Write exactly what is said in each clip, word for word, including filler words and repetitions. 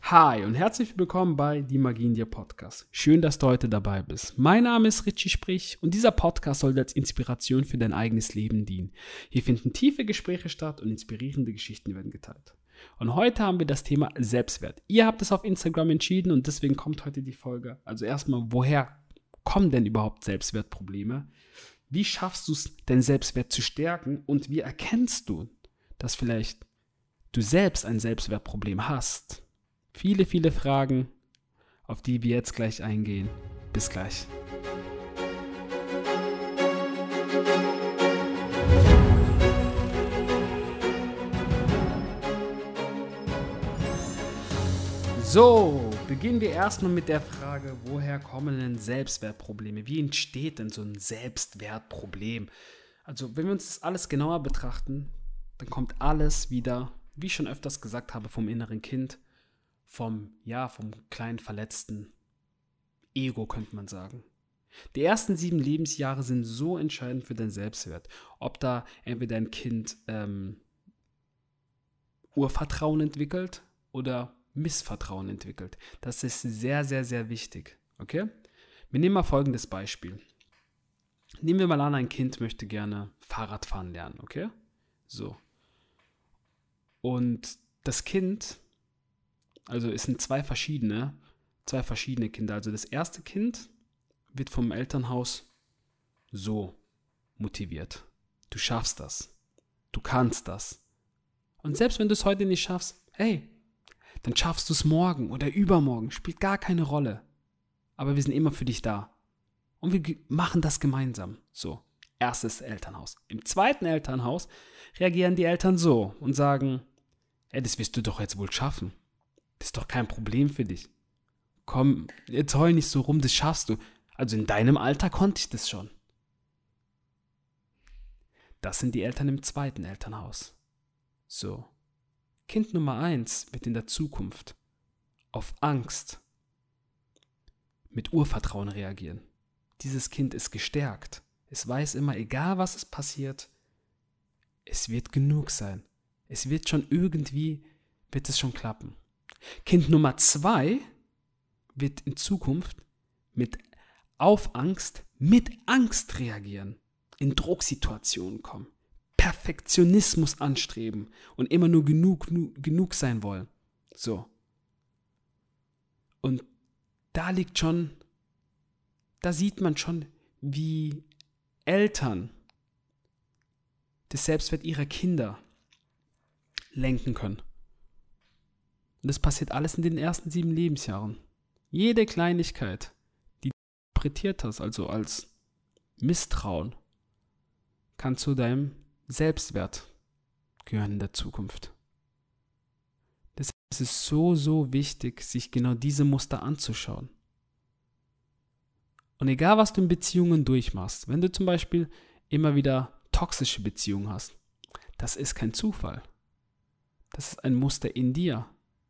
Hi und herzlich willkommen bei Die Magie in dir Podcast. Schön, dass du heute dabei bist. Mein Name ist Richie Sprich und dieser Podcast soll als Inspiration für dein eigenes Leben dienen. Hier finden tiefe Gespräche statt und inspirierende Geschichten werden geteilt. Und heute haben wir das Thema Selbstwert. Ihr habt es auf Instagram entschieden und deswegen kommt heute die Folge. Also erstmal, woher kommen denn überhaupt Selbstwertprobleme? Wie schaffst du es, deinen Selbstwert zu stärken und wie erkennst du, dass vielleicht du selbst ein Selbstwertproblem hast? Viele, viele Fragen, auf die wir jetzt gleich eingehen. Bis gleich. So, beginnen wir erstmal mit der Frage, woher kommen denn Selbstwertprobleme? Wie entsteht denn so ein Selbstwertproblem? Also, wenn wir uns das alles genauer betrachten, dann kommt alles wieder, wie ich schon öfters gesagt habe, vom inneren Kind. Vom, ja, vom kleinen verletzten Ego, könnte man sagen. Die ersten sieben Lebensjahre sind so entscheidend für deinen Selbstwert. Ob da entweder ein Kind ähm, Urvertrauen entwickelt oder Missvertrauen entwickelt. Das ist sehr, sehr, sehr wichtig. Okay? Wir nehmen mal folgendes Beispiel. Nehmen wir mal an, ein Kind möchte gerne Fahrradfahren lernen. Okay? So. Und das Kind... Also es sind zwei verschiedene, zwei verschiedene Kinder. Also das erste Kind wird vom Elternhaus so motiviert. Du schaffst das. Du kannst das. Und selbst wenn du es heute nicht schaffst, hey, dann schaffst du es morgen oder übermorgen. Spielt gar keine Rolle. Aber wir sind immer für dich da. Und wir machen das gemeinsam. So, erstes Elternhaus. Im zweiten Elternhaus reagieren die Eltern so und sagen, hey, das wirst du doch jetzt wohl schaffen. Das ist doch kein Problem für dich. Komm, jetzt heul nicht so rum, das schaffst du. Also in deinem Alter konnte ich das schon. Das sind die Eltern im zweiten Elternhaus. So. Kind Nummer eins wird in der Zukunft auf Angst mit Urvertrauen reagieren. Dieses Kind ist gestärkt. Es weiß immer, egal was es passiert, es wird genug sein. Es wird schon irgendwie, wird es schon klappen. Kind Nummer zwei wird in Zukunft mit auf Angst, mit Angst reagieren, in Drucksituationen kommen, Perfektionismus anstreben und immer nur genug, genug sein wollen. So. Und da liegt schon, da sieht man schon, wie Eltern das Selbstwert ihrer Kinder lenken können. Und das passiert alles in den ersten sieben Lebensjahren. Jede Kleinigkeit, die du interpretiert hast, also als Misstrauen, kann zu deinem Selbstwert gehören in der Zukunft. Deshalb ist es so, so wichtig, sich genau diese Muster anzuschauen. Und egal, was du in Beziehungen durchmachst, wenn du zum Beispiel immer wieder toxische Beziehungen hast, das ist kein Zufall. Das ist ein Muster in dir.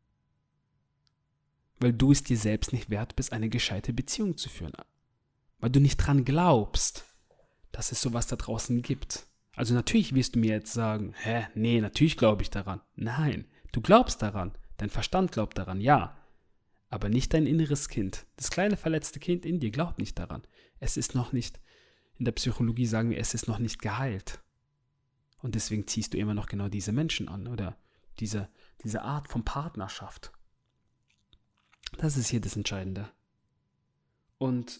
Weil du es dir selbst nicht wert bist, eine gescheite Beziehung zu führen. Weil du nicht dran glaubst, dass es sowas da draußen gibt. Also natürlich wirst du mir jetzt sagen, hä, nee, natürlich glaube ich daran. Nein, du glaubst daran. Dein Verstand glaubt daran, ja. Aber nicht dein inneres Kind. Das kleine verletzte Kind in dir glaubt nicht daran. Es ist noch nicht, in der Psychologie sagen wir, es ist noch nicht geheilt. Und deswegen ziehst du immer noch genau diese Menschen an oder diese, diese Art von Partnerschaft. Das ist hier das Entscheidende. Und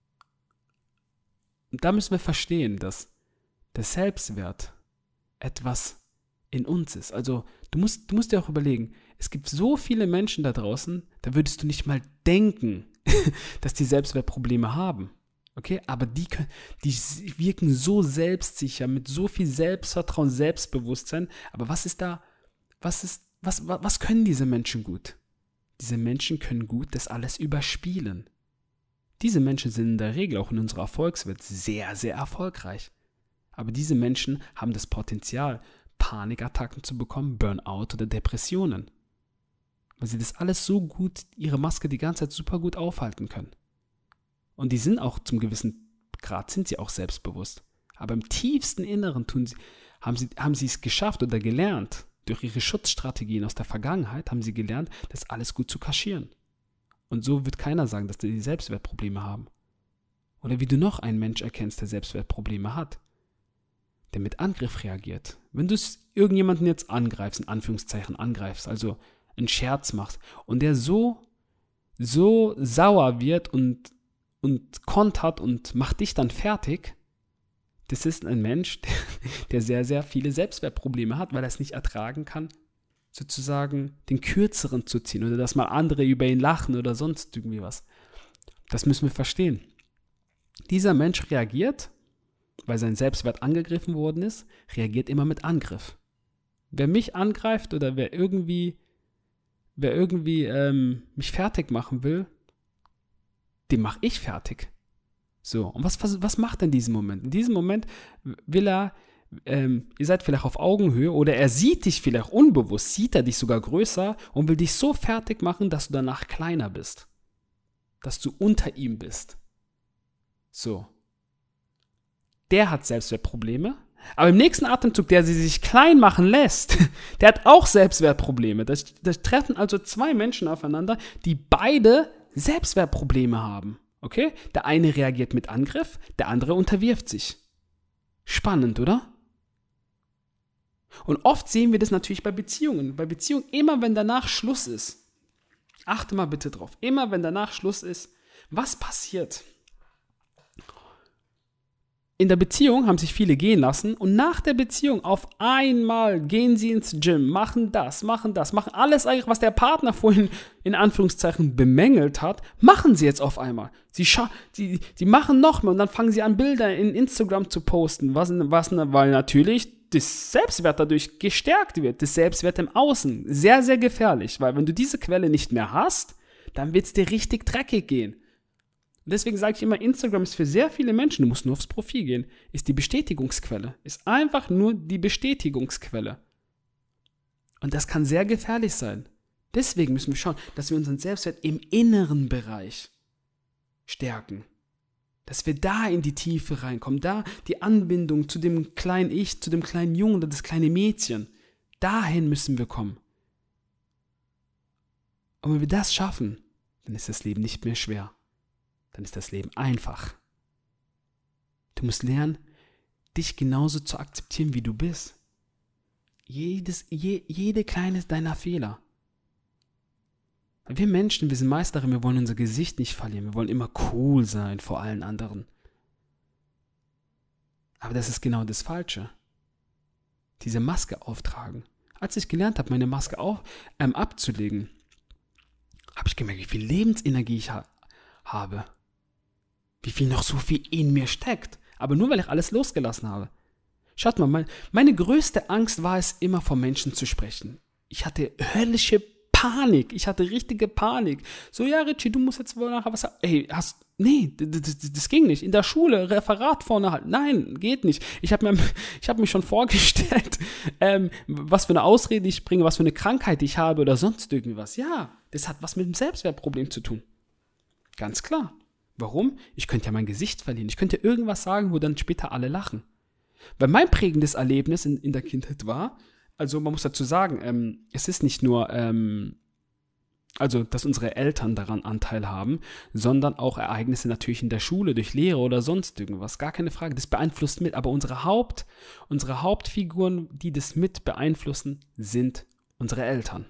da müssen wir verstehen, dass der Selbstwert etwas in uns ist. Also du musst, du musst dir auch überlegen, es gibt so viele Menschen da draußen, da würdest du nicht mal denken, dass die Selbstwertprobleme haben. Okay? Aber die, können, die wirken so selbstsicher, mit so viel Selbstvertrauen, Selbstbewusstsein. Aber was ist da, was ist, was, was, was können diese Menschen gut? Diese Menschen können gut das alles überspielen. Diese Menschen sind in der Regel auch in unserer Erfolgswelt sehr, sehr erfolgreich. Aber diese Menschen haben das Potenzial, Panikattacken zu bekommen, Burnout oder Depressionen. Weil sie das alles so gut, ihre Maske die ganze Zeit super gut aufhalten können. Und die sind auch zum gewissen Grad, sind sie auch selbstbewusst. Aber im tiefsten Inneren tun sie, haben sie, haben sie es geschafft oder gelernt, durch ihre Schutzstrategien aus der Vergangenheit haben sie gelernt, das alles gut zu kaschieren. Und so wird keiner sagen, dass die Selbstwertprobleme haben. Oder wie du noch einen Mensch erkennst, der Selbstwertprobleme hat, der mit Angriff reagiert. Wenn du irgendjemanden jetzt angreifst, in Anführungszeichen angreifst, also einen Scherz machst und der so, so sauer wird und, und kontert und macht dich dann fertig, das ist ein Mensch, der, der sehr, sehr viele Selbstwertprobleme hat, weil er es nicht ertragen kann, sozusagen den Kürzeren zu ziehen oder dass mal andere über ihn lachen oder sonst irgendwie was. Das müssen wir verstehen. Dieser Mensch reagiert, weil sein Selbstwert angegriffen worden ist, reagiert immer mit Angriff. Wer mich angreift oder wer irgendwie, wer irgendwie ähm, mich fertig machen will, den mache ich fertig. So, und was, was, was macht er in diesem Moment? In diesem Moment will er, ähm, ihr seid vielleicht auf Augenhöhe oder er sieht dich vielleicht unbewusst, sieht er dich sogar größer und will dich so fertig machen, dass du danach kleiner bist. Dass du unter ihm bist. So. Der hat Selbstwertprobleme, aber im nächsten Atemzug, der sie sich klein machen lässt, der hat auch Selbstwertprobleme. Da treffen also zwei Menschen aufeinander, die beide Selbstwertprobleme haben. Okay? Der eine reagiert mit Angriff, der andere unterwirft sich. Spannend, oder? Und oft sehen wir das natürlich bei Beziehungen. Bei Beziehungen, immer wenn danach Schluss ist, achte mal bitte drauf, immer wenn danach Schluss ist, was passiert? In der Beziehung haben sich viele gehen lassen und nach der Beziehung auf einmal gehen sie ins Gym, machen das, machen das, machen alles eigentlich, was der Partner vorhin in Anführungszeichen bemängelt hat, machen sie jetzt auf einmal. Sie, scha- sie, sie machen noch mehr und dann fangen sie an, Bilder in Instagram zu posten, was, was, weil natürlich das Selbstwert dadurch gestärkt wird, das Selbstwert im Außen. Sehr, sehr gefährlich, weil wenn du diese Quelle nicht mehr hast, dann wird es dir richtig dreckig gehen. Und deswegen sage ich immer, Instagram ist für sehr viele Menschen, du musst nur aufs Profil gehen, ist die Bestätigungsquelle. Ist einfach nur die Bestätigungsquelle. Und das kann sehr gefährlich sein. Deswegen müssen wir schauen, dass wir unseren Selbstwert im inneren Bereich stärken. Dass wir da in die Tiefe reinkommen, da die Anbindung zu dem kleinen Ich, zu dem kleinen Jungen oder das kleine Mädchen. Dahin müssen wir kommen. Und wenn wir das schaffen, dann ist das Leben nicht mehr schwer. Dann ist das Leben einfach. Du musst lernen, dich genauso zu akzeptieren, wie du bist. Jedes, je, jede kleine deiner Fehler. Wir Menschen, wir sind Meisterin, wir wollen unser Gesicht nicht verlieren. Wir wollen immer cool sein vor allen anderen. Aber das ist genau das Falsche. Diese Maske auftragen. Als ich gelernt habe, meine Maske auf, ähm, abzulegen, habe ich gemerkt, wie viel Lebensenergie ich ha- habe. Wie viel noch so viel in mir steckt. Aber nur, weil ich alles losgelassen habe. Schaut mal, mein, meine größte Angst war es, immer vor Menschen zu sprechen. Ich hatte höllische Panik. Ich hatte richtige Panik. So, ja, Richie, du musst jetzt wohl nachher was sagen. Ey, hast, nee, das, das, das ging nicht. In der Schule, Referat vorne halt. Nein, geht nicht. Ich habe mir, ich hab mir schon vorgestellt, ähm, was für eine Ausrede ich bringe, was für eine Krankheit ich habe oder sonst irgendwie was. Ja, das hat was mit dem Selbstwertproblem zu tun. Ganz klar. Warum? Ich könnte ja mein Gesicht verlieren. Ich könnte irgendwas sagen, wo dann später alle lachen. Weil mein prägendes Erlebnis in, in der Kindheit war, also man muss dazu sagen, ähm, es ist nicht nur, ähm, also dass unsere Eltern daran Anteil haben, sondern auch Ereignisse natürlich in der Schule, durch Lehre oder sonst irgendwas. Gar keine Frage, das beeinflusst mit. Aber unsere Haupt, unsere Hauptfiguren, die das mit beeinflussen, sind unsere Eltern.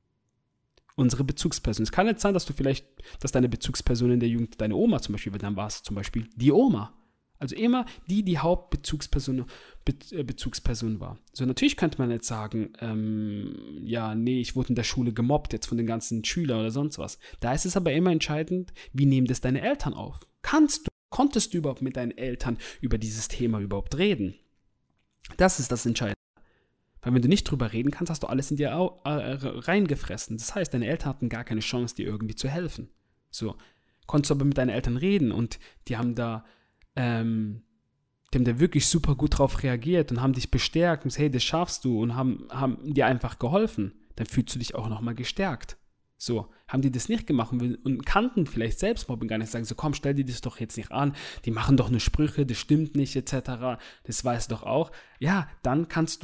Unsere Bezugsperson. Es kann jetzt sein, dass du vielleicht, dass deine Bezugsperson in der Jugend deine Oma zum Beispiel, dann war es zum Beispiel die Oma. Also immer die, die Hauptbezugsperson Be- äh, Bezugsperson war. So, natürlich könnte man jetzt sagen, ähm, ja, nee, ich wurde in der Schule gemobbt jetzt von den ganzen Schülern oder sonst was. Da ist es aber immer entscheidend, wie nehmen das deine Eltern auf? Kannst du, konntest du überhaupt mit deinen Eltern über dieses Thema überhaupt reden? Das ist das Entscheidende. Weil wenn du nicht drüber reden kannst, hast du alles in dir au- äh, reingefressen. Das heißt, deine Eltern hatten gar keine Chance, dir irgendwie zu helfen. So, konntest du aber mit deinen Eltern reden und die haben da, ähm, die haben da wirklich super gut drauf reagiert und haben dich bestärkt und gesagt, hey, das schaffst du und haben, haben dir einfach geholfen. Dann fühlst du dich auch nochmal gestärkt. So, haben die das nicht gemacht und, und kannten vielleicht Selbstmobbing gar nicht, sagen so, komm, stell dir das doch jetzt nicht an, die machen doch nur Sprüche, das stimmt nicht, et cetera. Das weißt du doch auch. Ja, dann kannst du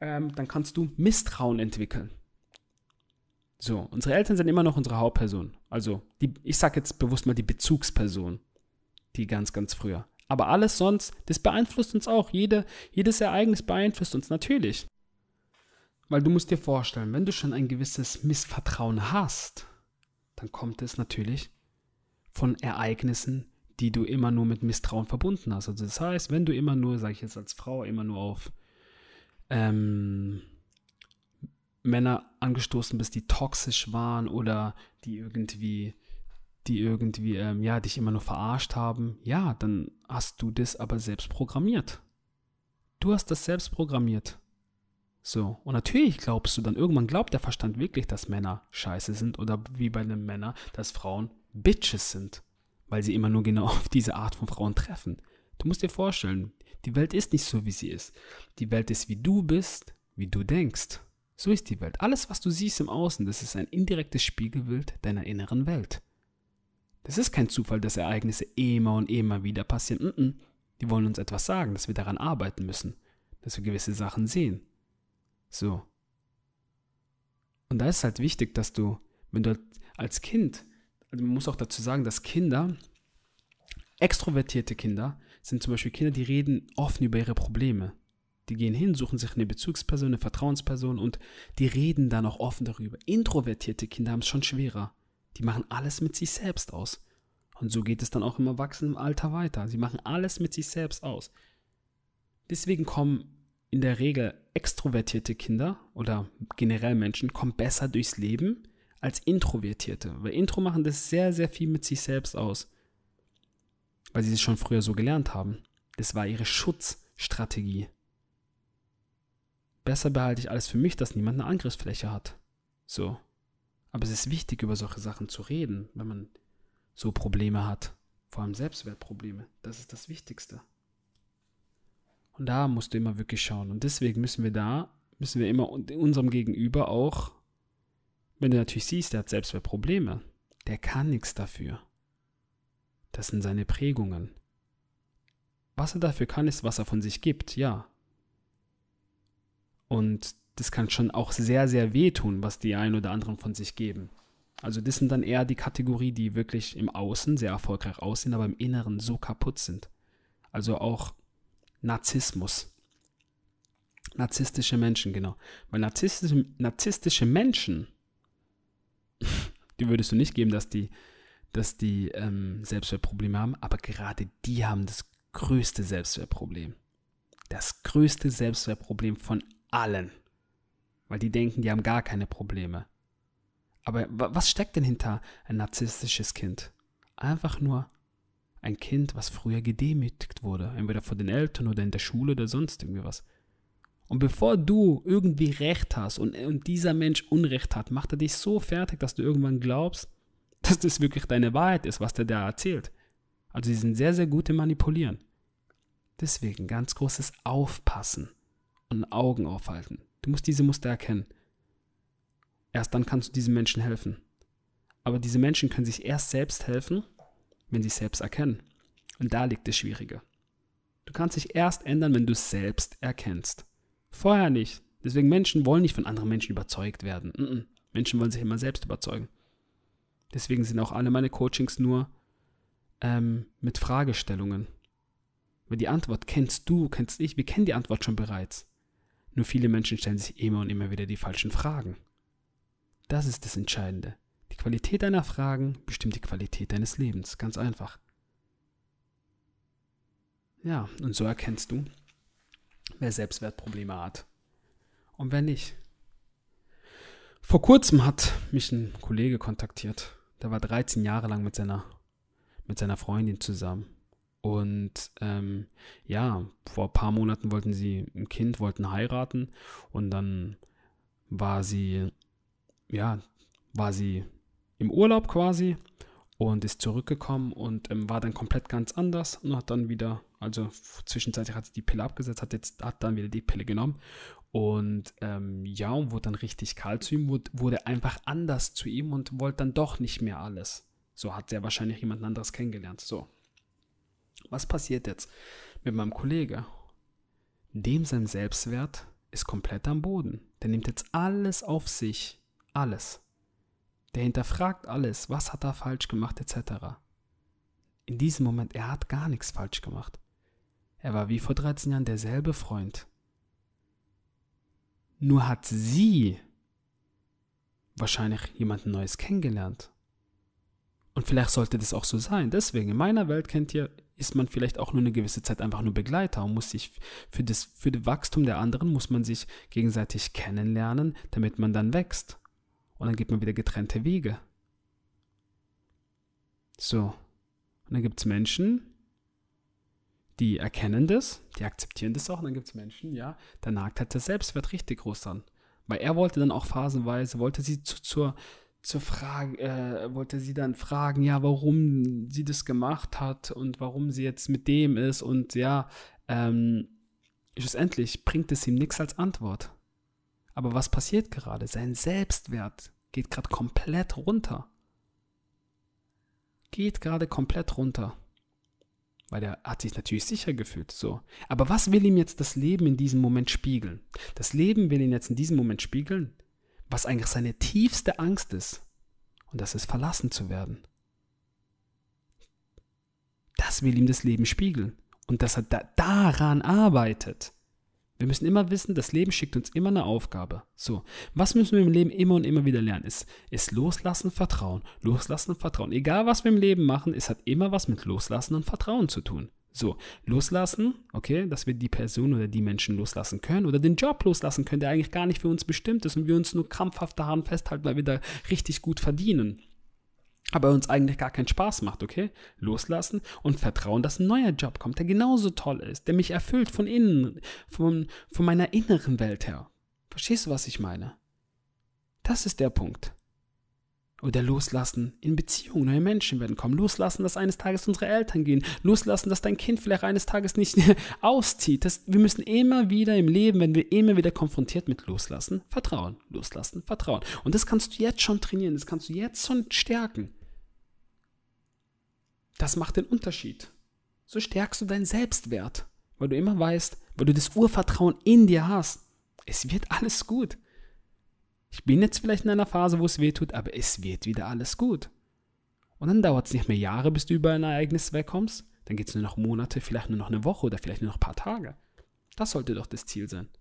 ähm, dann kannst du Misstrauen entwickeln. So, unsere Eltern sind immer noch unsere Hauptperson. Also, die, ich sage jetzt bewusst mal die Bezugsperson, die ganz, ganz früher. Aber alles sonst, das beeinflusst uns auch. Jede, jedes Ereignis beeinflusst uns natürlich. Weil du musst dir vorstellen, wenn du schon ein gewisses Missvertrauen hast, dann kommt es natürlich von Ereignissen, die du immer nur mit Misstrauen verbunden hast. Also das heißt, wenn du immer nur, sage ich jetzt als Frau, immer nur auf ähm, Männer angestoßen bist, die toxisch waren oder die irgendwie, die irgendwie, ähm, ja, dich immer nur verarscht haben, ja, dann hast du das aber selbst programmiert. Du hast das selbst programmiert. So, und natürlich glaubst du dann, irgendwann glaubt der Verstand wirklich, dass Männer scheiße sind oder wie bei den Männern, dass Frauen Bitches sind, weil sie immer nur genau auf diese Art von Frauen treffen. Du musst dir vorstellen, die Welt ist nicht so, wie sie ist. Die Welt ist, wie du bist, wie du denkst. So ist die Welt. Alles, was du siehst im Außen, das ist ein indirektes Spiegelbild deiner inneren Welt. Das ist kein Zufall, dass Ereignisse immer und immer wieder passieren. Die wollen uns etwas sagen, dass wir daran arbeiten müssen, dass wir gewisse Sachen sehen. So. Und da ist halt wichtig, dass du, wenn du als Kind, also man muss auch dazu sagen, dass Kinder, extrovertierte Kinder, sind zum Beispiel Kinder, die reden offen über ihre Probleme. Die gehen hin, suchen sich eine Bezugsperson, eine Vertrauensperson und die reden dann auch offen darüber. Introvertierte Kinder haben es schon schwerer. Die machen alles mit sich selbst aus. Und so geht es dann auch im Erwachsenenalter weiter. Sie machen alles mit sich selbst aus. Deswegen kommen in der Regel extrovertierte Kinder oder generell Menschen kommen besser durchs Leben als Introvertierte. Weil Intro machen das sehr, sehr viel mit sich selbst aus. Weil sie es schon früher so gelernt haben. Das war ihre Schutzstrategie. Besser behalte ich alles für mich, dass niemand eine Angriffsfläche hat. So. Aber es ist wichtig, über solche Sachen zu reden, wenn man so Probleme hat. Vor allem Selbstwertprobleme. Das ist das Wichtigste. Und da musst du immer wirklich schauen. Und deswegen müssen wir da, müssen wir immer unserem Gegenüber auch, wenn du natürlich siehst, der hat Selbstwertprobleme, der kann nichts dafür. Das sind seine Prägungen. Was er dafür kann, ist, was er von sich gibt, ja. Und das kann schon auch sehr, sehr wehtun, was die einen oder anderen von sich geben. Also das sind dann eher die Kategorie, die wirklich im Außen sehr erfolgreich aussehen, aber im Inneren so kaputt sind. Also auch Narzissmus. Narzisstische Menschen, genau. Weil narzisstische, narzisstische Menschen, die würdest du nicht geben, dass die, dass die ähm, Selbstwertprobleme haben, aber gerade die haben das größte Selbstwertproblem. Das größte Selbstwertproblem von allen. Weil die denken, die haben gar keine Probleme. Aber was steckt denn hinter ein narzisstisches Kind? Einfach nur ein Kind, was früher gedemütigt wurde. Entweder von den Eltern oder in der Schule oder sonst irgendwie was. Und bevor du irgendwie Recht hast und, und dieser Mensch Unrecht hat, macht er dich so fertig, dass du irgendwann glaubst, dass das wirklich deine Wahrheit ist, was der da erzählt. Also sie sind sehr, sehr gut im Manipulieren. Deswegen ganz großes Aufpassen und Augen aufhalten. Du musst diese Muster erkennen. Erst dann kannst du diesen Menschen helfen. Aber diese Menschen können sich erst selbst helfen, wenn sie es selbst erkennen. Und da liegt das Schwierige. Du kannst dich erst ändern, wenn du es selbst erkennst. Vorher nicht. Deswegen Menschen wollen nicht von anderen Menschen überzeugt werden. Mm-mm. Menschen wollen sich immer selbst überzeugen. Deswegen sind auch alle meine Coachings nur ähm, mit Fragestellungen. Weil die Antwort kennst du, kennst ich, wir kennen die Antwort schon bereits. Nur viele Menschen stellen sich immer und immer wieder die falschen Fragen. Das ist das Entscheidende. Die Qualität deiner Fragen bestimmt die Qualität deines Lebens. Ganz einfach. Ja, und so erkennst du, wer Selbstwertprobleme hat und wer nicht. Vor kurzem hat mich ein Kollege kontaktiert. Der war dreizehn Jahre lang mit seiner, mit seiner Freundin zusammen. Und ähm, ja, vor ein paar Monaten wollten sie ein Kind, wollten heiraten. Und dann war sie, ja, war sie im Urlaub quasi und ist zurückgekommen und ähm, war dann komplett ganz anders und hat dann wieder, also zwischenzeitlich hat sie die Pille abgesetzt, hat jetzt hat dann wieder die Pille genommen und ähm, ja, und wurde dann richtig kalt zu ihm, wurde, wurde einfach anders zu ihm und wollte dann doch nicht mehr alles. So hat er wahrscheinlich jemand anderes kennengelernt. So. Was passiert jetzt mit meinem Kollege? Dem sein Selbstwert ist komplett am Boden. Der nimmt jetzt alles auf sich. Alles. Der hinterfragt alles. Was hat er falsch gemacht, et cetera. In diesem Moment, er hat gar nichts falsch gemacht. Er war wie vor dreizehn Jahren derselbe Freund. Nur hat sie wahrscheinlich jemanden Neues kennengelernt. Und vielleicht sollte das auch so sein. Deswegen, in meiner Welt, kennt ihr, ist man vielleicht auch nur eine gewisse Zeit einfach nur Begleiter und muss sich für das, für das Wachstum der anderen muss man sich gegenseitig kennenlernen, damit man dann wächst. Und dann geht man wieder getrennte Wege. So. Und dann gibt es Menschen, die erkennen das, die akzeptieren das auch. Und dann gibt es Menschen, ja, da nagt halt der Selbstwert richtig groß an. Weil er wollte dann auch phasenweise, wollte sie zu, zur, zur Frage, äh, wollte sie dann fragen, ja, warum sie das gemacht hat und warum sie jetzt mit dem ist. Und ja, ähm, schlussendlich bringt es ihm nichts als Antwort. Aber was passiert gerade? Sein Selbstwert geht gerade komplett runter. Geht gerade komplett runter. Weil er hat sich natürlich sicher gefühlt. So. Aber was will ihm jetzt das Leben in diesem Moment spiegeln? Das Leben will ihn jetzt in diesem Moment spiegeln, was eigentlich seine tiefste Angst ist. Und das ist, verlassen zu werden. Das will ihm das Leben spiegeln. Und dass er da, daran arbeitet. Wir müssen immer wissen, das Leben schickt uns immer eine Aufgabe. So, was müssen wir im Leben immer und immer wieder lernen? Ist, ist Loslassen, Vertrauen. Loslassen, Vertrauen. Egal, was wir im Leben machen, es hat immer was mit Loslassen und Vertrauen zu tun. So, loslassen, okay, dass wir die Person oder die Menschen loslassen können oder den Job loslassen können, der eigentlich gar nicht für uns bestimmt ist und wir uns nur krampfhaft daran festhalten, weil wir da richtig gut verdienen. Aber uns eigentlich gar keinen Spaß macht, okay? Loslassen und vertrauen, dass ein neuer Job kommt, der genauso toll ist, der mich erfüllt von innen, von, von meiner inneren Welt her. Verstehst du, was ich meine? Das ist der Punkt. Oder loslassen, in Beziehungen neue Menschen werden kommen. Loslassen, dass eines Tages unsere Eltern gehen. Loslassen, dass dein Kind vielleicht eines Tages nicht auszieht. Das, wir müssen immer wieder im Leben, wenn wir immer wieder konfrontiert mit Loslassen, Vertrauen. Loslassen, Vertrauen. Und das kannst du jetzt schon trainieren. Das kannst du jetzt schon stärken. Das macht den Unterschied. So stärkst du deinen Selbstwert. Weil du immer weißt, weil du das Urvertrauen in dir hast. Es wird alles gut. Ich bin jetzt vielleicht in einer Phase, wo es weh tut, aber es wird wieder alles gut. Und dann dauert es nicht mehr Jahre, bis du über ein Ereignis wegkommst. Dann geht es nur noch Monate, vielleicht nur noch eine Woche oder vielleicht nur noch ein paar Tage. Das sollte doch das Ziel sein.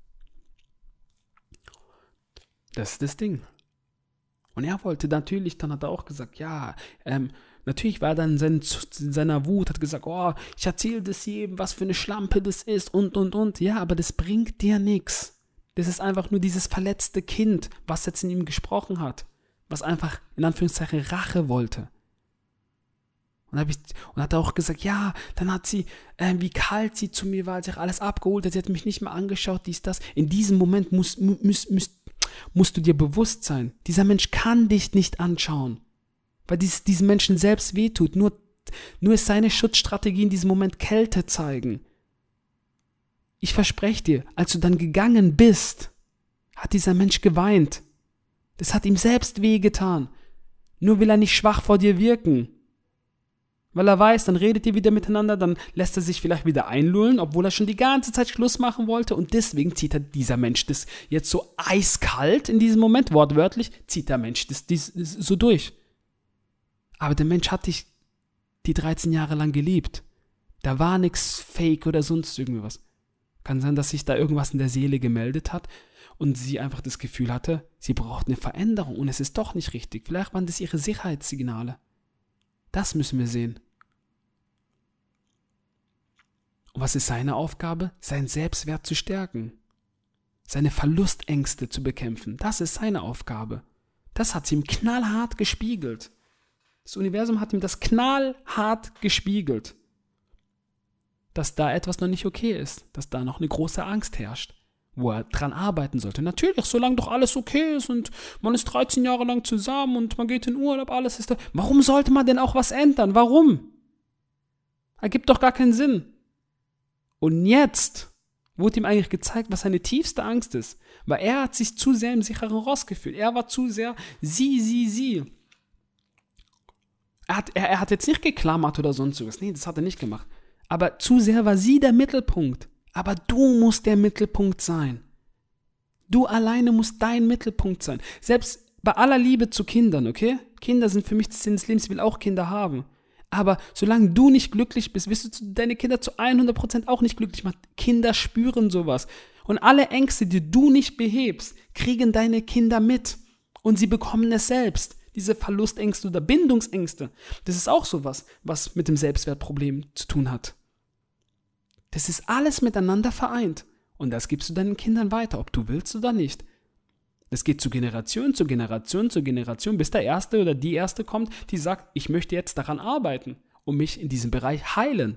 Das ist das Ding. Und er wollte natürlich, dann hat er auch gesagt, ja, ähm, natürlich war er dann in, seinen, in seiner Wut, hat gesagt, oh, ich erzähle das jedem, was für eine Schlampe das ist und, und, und. Ja, aber das bringt dir nichts. Das ist einfach nur dieses verletzte Kind, was jetzt in ihm gesprochen hat, was einfach in Anführungszeichen Rache wollte. Und dann und hat er auch gesagt, ja, dann hat sie, äh, wie kalt sie zu mir war, als ich alles abgeholt hat, sie hat mich nicht mehr angeschaut, dies, das. In diesem Moment musst, musst, musst, musst du dir bewusst sein, dieser Mensch kann dich nicht anschauen, weil dies, diesem Menschen selbst wehtut. Nur, nur ist seine Schutzstrategie in diesem Moment Kälte zeigen. Ich verspreche dir, als du dann gegangen bist, hat dieser Mensch geweint. Das hat ihm selbst wehgetan. Nur will er nicht schwach vor dir wirken. Weil er weiß, dann redet ihr wieder miteinander, dann lässt er sich vielleicht wieder einlullen, obwohl er schon die ganze Zeit Schluss machen wollte. Und deswegen zieht er dieser Mensch das jetzt so eiskalt in diesem Moment, wortwörtlich, zieht der Mensch das, das, das so durch. Aber der Mensch hat dich die dreizehn Jahre lang geliebt. Da war nichts fake oder sonst irgendwie was. Kann sein, dass sich da irgendwas in der Seele gemeldet hat und sie einfach das Gefühl hatte, sie braucht eine Veränderung und es ist doch nicht richtig. Vielleicht waren das ihre Sicherheitssignale. Das müssen wir sehen. Und was ist seine Aufgabe? Seinen Selbstwert zu stärken. Seine Verlustängste zu bekämpfen. Das ist seine Aufgabe. Das hat sie ihm knallhart gespiegelt. Das Universum hat ihm das knallhart gespiegelt. Dass da etwas noch nicht okay ist, dass da noch eine große Angst herrscht, wo er dran arbeiten sollte. Natürlich, solange doch alles okay ist und man ist dreizehn Jahre lang zusammen und man geht in Urlaub, alles ist da. Warum sollte man denn auch was ändern? Warum? Ergibt doch gar keinen Sinn. Und jetzt wurde ihm eigentlich gezeigt, was seine tiefste Angst ist, weil er hat sich zu sehr im sicheren Ross gefühlt. Er war zu sehr sie, sie, sie. Er hat, er, er hat jetzt nicht geklammert oder sonst was. Nee, das hat er nicht gemacht. Aber zu sehr war sie der Mittelpunkt. Aber du musst der Mittelpunkt sein. Du alleine musst dein Mittelpunkt sein. Selbst bei aller Liebe zu Kindern, okay? Kinder sind für mich das Sinn des Lebens, ich will auch Kinder haben. Aber solange du nicht glücklich bist, wirst du deine Kinder zu hundert Prozent auch nicht glücklich machen. Kinder spüren sowas. Und alle Ängste, die du nicht behebst, kriegen deine Kinder mit. Und sie bekommen es selbst. Diese Verlustängste oder Bindungsängste, das ist auch sowas, was mit dem Selbstwertproblem zu tun hat. Das ist alles miteinander vereint. Und das gibst du deinen Kindern weiter, ob du willst oder nicht. Das geht zu Generation, zu Generation, zu Generation, bis der Erste oder die Erste kommt, die sagt, ich möchte jetzt daran arbeiten und mich in diesem Bereich heilen.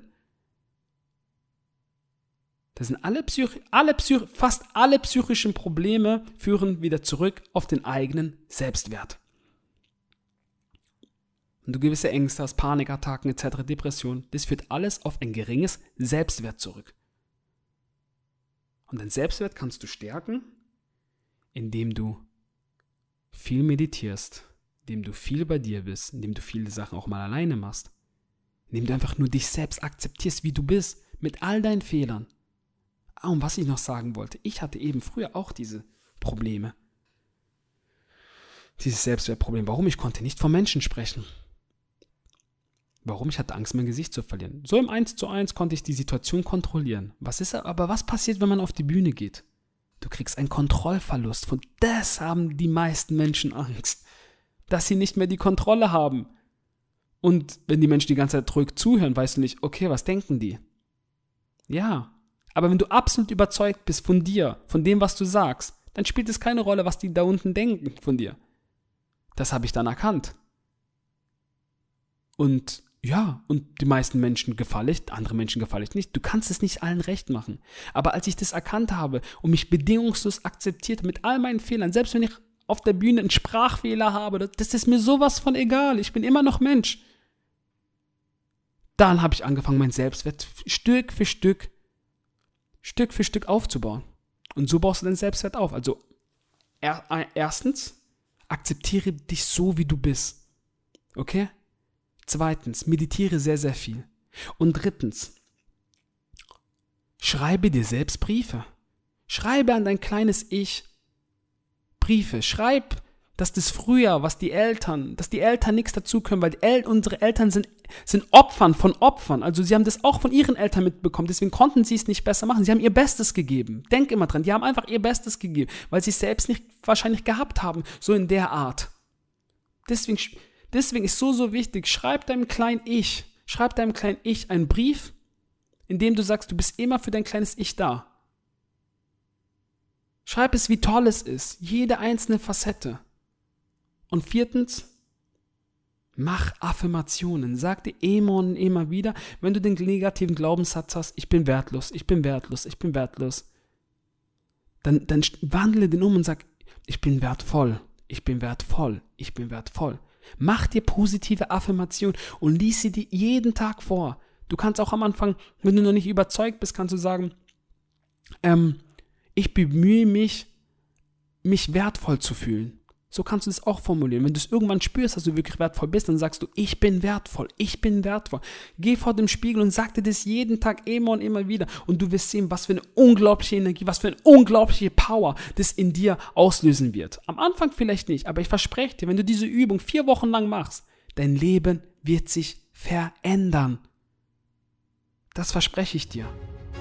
Das sind alle, Psych- alle Psych- fast alle psychischen Probleme führen wieder zurück auf den eigenen Selbstwert. Und du gewisse Ängste hast, Panikattacken et cetera, Depressionen, das führt alles auf ein geringes Selbstwert zurück. Und dein Selbstwert kannst du stärken, indem du viel meditierst, indem du viel bei dir bist, indem du viele Sachen auch mal alleine machst, indem du einfach nur dich selbst akzeptierst, wie du bist, mit all deinen Fehlern. Ah, und was ich noch sagen wollte, ich hatte eben früher auch diese Probleme, dieses Selbstwertproblem. Warum? Ich konnte nicht vor Menschen sprechen. Warum? Ich hatte Angst, mein Gesicht zu verlieren. So im Eins zu eins konnte ich die Situation kontrollieren. Was ist aber, was passiert, wenn man auf die Bühne geht? Du kriegst einen Kontrollverlust. Von das haben die meisten Menschen Angst. Dass sie nicht mehr die Kontrolle haben. Und wenn die Menschen die ganze Zeit ruhig zuhören, weißt du nicht, okay, was denken die? Ja, aber wenn du absolut überzeugt bist von dir, von dem, was du sagst, dann spielt es keine Rolle, was die da unten denken von dir. Das habe ich dann erkannt. Und ja, und die meisten Menschen gefalle ich, andere Menschen gefalle ich nicht. Du kannst es nicht allen recht machen. Aber als ich das erkannt habe und mich bedingungslos akzeptiert mit all meinen Fehlern, selbst wenn ich auf der Bühne einen Sprachfehler habe, das ist mir sowas von egal. Ich bin immer noch Mensch. Dann habe ich angefangen, mein Selbstwert Stück für Stück, Stück für Stück aufzubauen. Und so baust du deinen Selbstwert auf. Also er, erstens, akzeptiere dich so, wie du bist. Okay? Zweitens, meditiere sehr, sehr viel. Und drittens, schreibe dir selbst Briefe. Schreibe an dein kleines Ich Briefe. Schreib, dass das früher, was die Eltern, dass die Eltern nichts dazu können, weil die El- unsere Eltern sind, sind Opfern von Opfern. Also sie haben das auch von ihren Eltern mitbekommen, deswegen konnten sie es nicht besser machen. Sie haben ihr Bestes gegeben. Denk immer dran, die haben einfach ihr Bestes gegeben, weil sie es selbst nicht wahrscheinlich gehabt haben, so in der Art. Deswegen... Deswegen ist so, so wichtig, schreib deinem kleinen Ich, schreib deinem kleinen Ich einen Brief, in dem du sagst, du bist immer für dein kleines Ich da. Schreib es, wie toll es ist, jede einzelne Facette. Und viertens, mach Affirmationen, sag dir immer und immer wieder, wenn du den negativen Glaubenssatz hast, ich bin wertlos, ich bin wertlos, ich bin wertlos, dann, dann wandle den um und sag, ich bin wertvoll, ich bin wertvoll, ich bin wertvoll. Mach dir positive Affirmationen und lies sie dir jeden Tag vor. Du kannst auch am Anfang, wenn du noch nicht überzeugt bist, kannst du sagen, ähm, ich bemühe mich, mich wertvoll zu fühlen. So kannst du das auch formulieren. Wenn du es irgendwann spürst, dass du wirklich wertvoll bist, dann sagst du, ich bin wertvoll, ich bin wertvoll. Geh vor dem Spiegel und sag dir das jeden Tag immer und immer wieder. Und du wirst sehen, was für eine unglaubliche Energie, was für eine unglaubliche Power das in dir auslösen wird. Am Anfang vielleicht nicht, aber ich verspreche dir, wenn du diese Übung vier Wochen lang machst, dein Leben wird sich verändern. Das verspreche ich dir.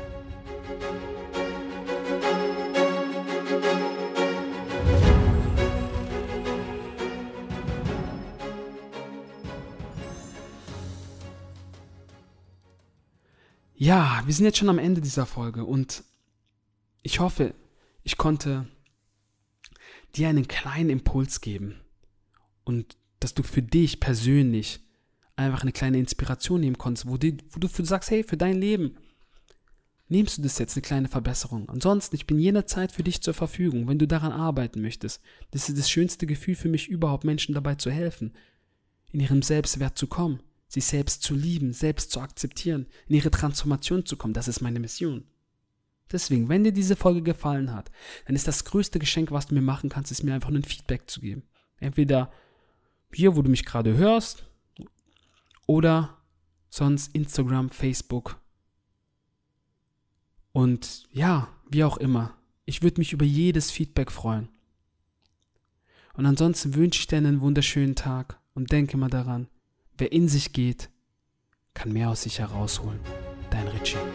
Ja, wir sind jetzt schon am Ende dieser Folge und ich hoffe, ich konnte dir einen kleinen Impuls geben und dass du für dich persönlich einfach eine kleine Inspiration nehmen konntest, wo, die, wo du für, sagst, hey, für dein Leben nimmst du das jetzt eine kleine Verbesserung. Ansonsten, ich bin jederzeit für dich zur Verfügung, wenn du daran arbeiten möchtest. Das ist das schönste Gefühl für mich überhaupt, Menschen dabei zu helfen, in ihrem Selbstwert zu kommen. Sich selbst zu lieben, selbst zu akzeptieren, in ihre Transformation zu kommen. Das ist meine Mission. Deswegen, wenn dir diese Folge gefallen hat, dann ist das größte Geschenk, was du mir machen kannst, ist mir einfach nur ein Feedback zu geben. Entweder hier, wo du mich gerade hörst, oder sonst Instagram, Facebook. Und ja, wie auch immer. Ich Ich würde mich über jedes Feedback freuen. Und ansonsten wünsche ich dir einen wunderschönen Tag und denke mal daran, wer in sich geht, kann mehr aus sich herausholen. Dein Richie.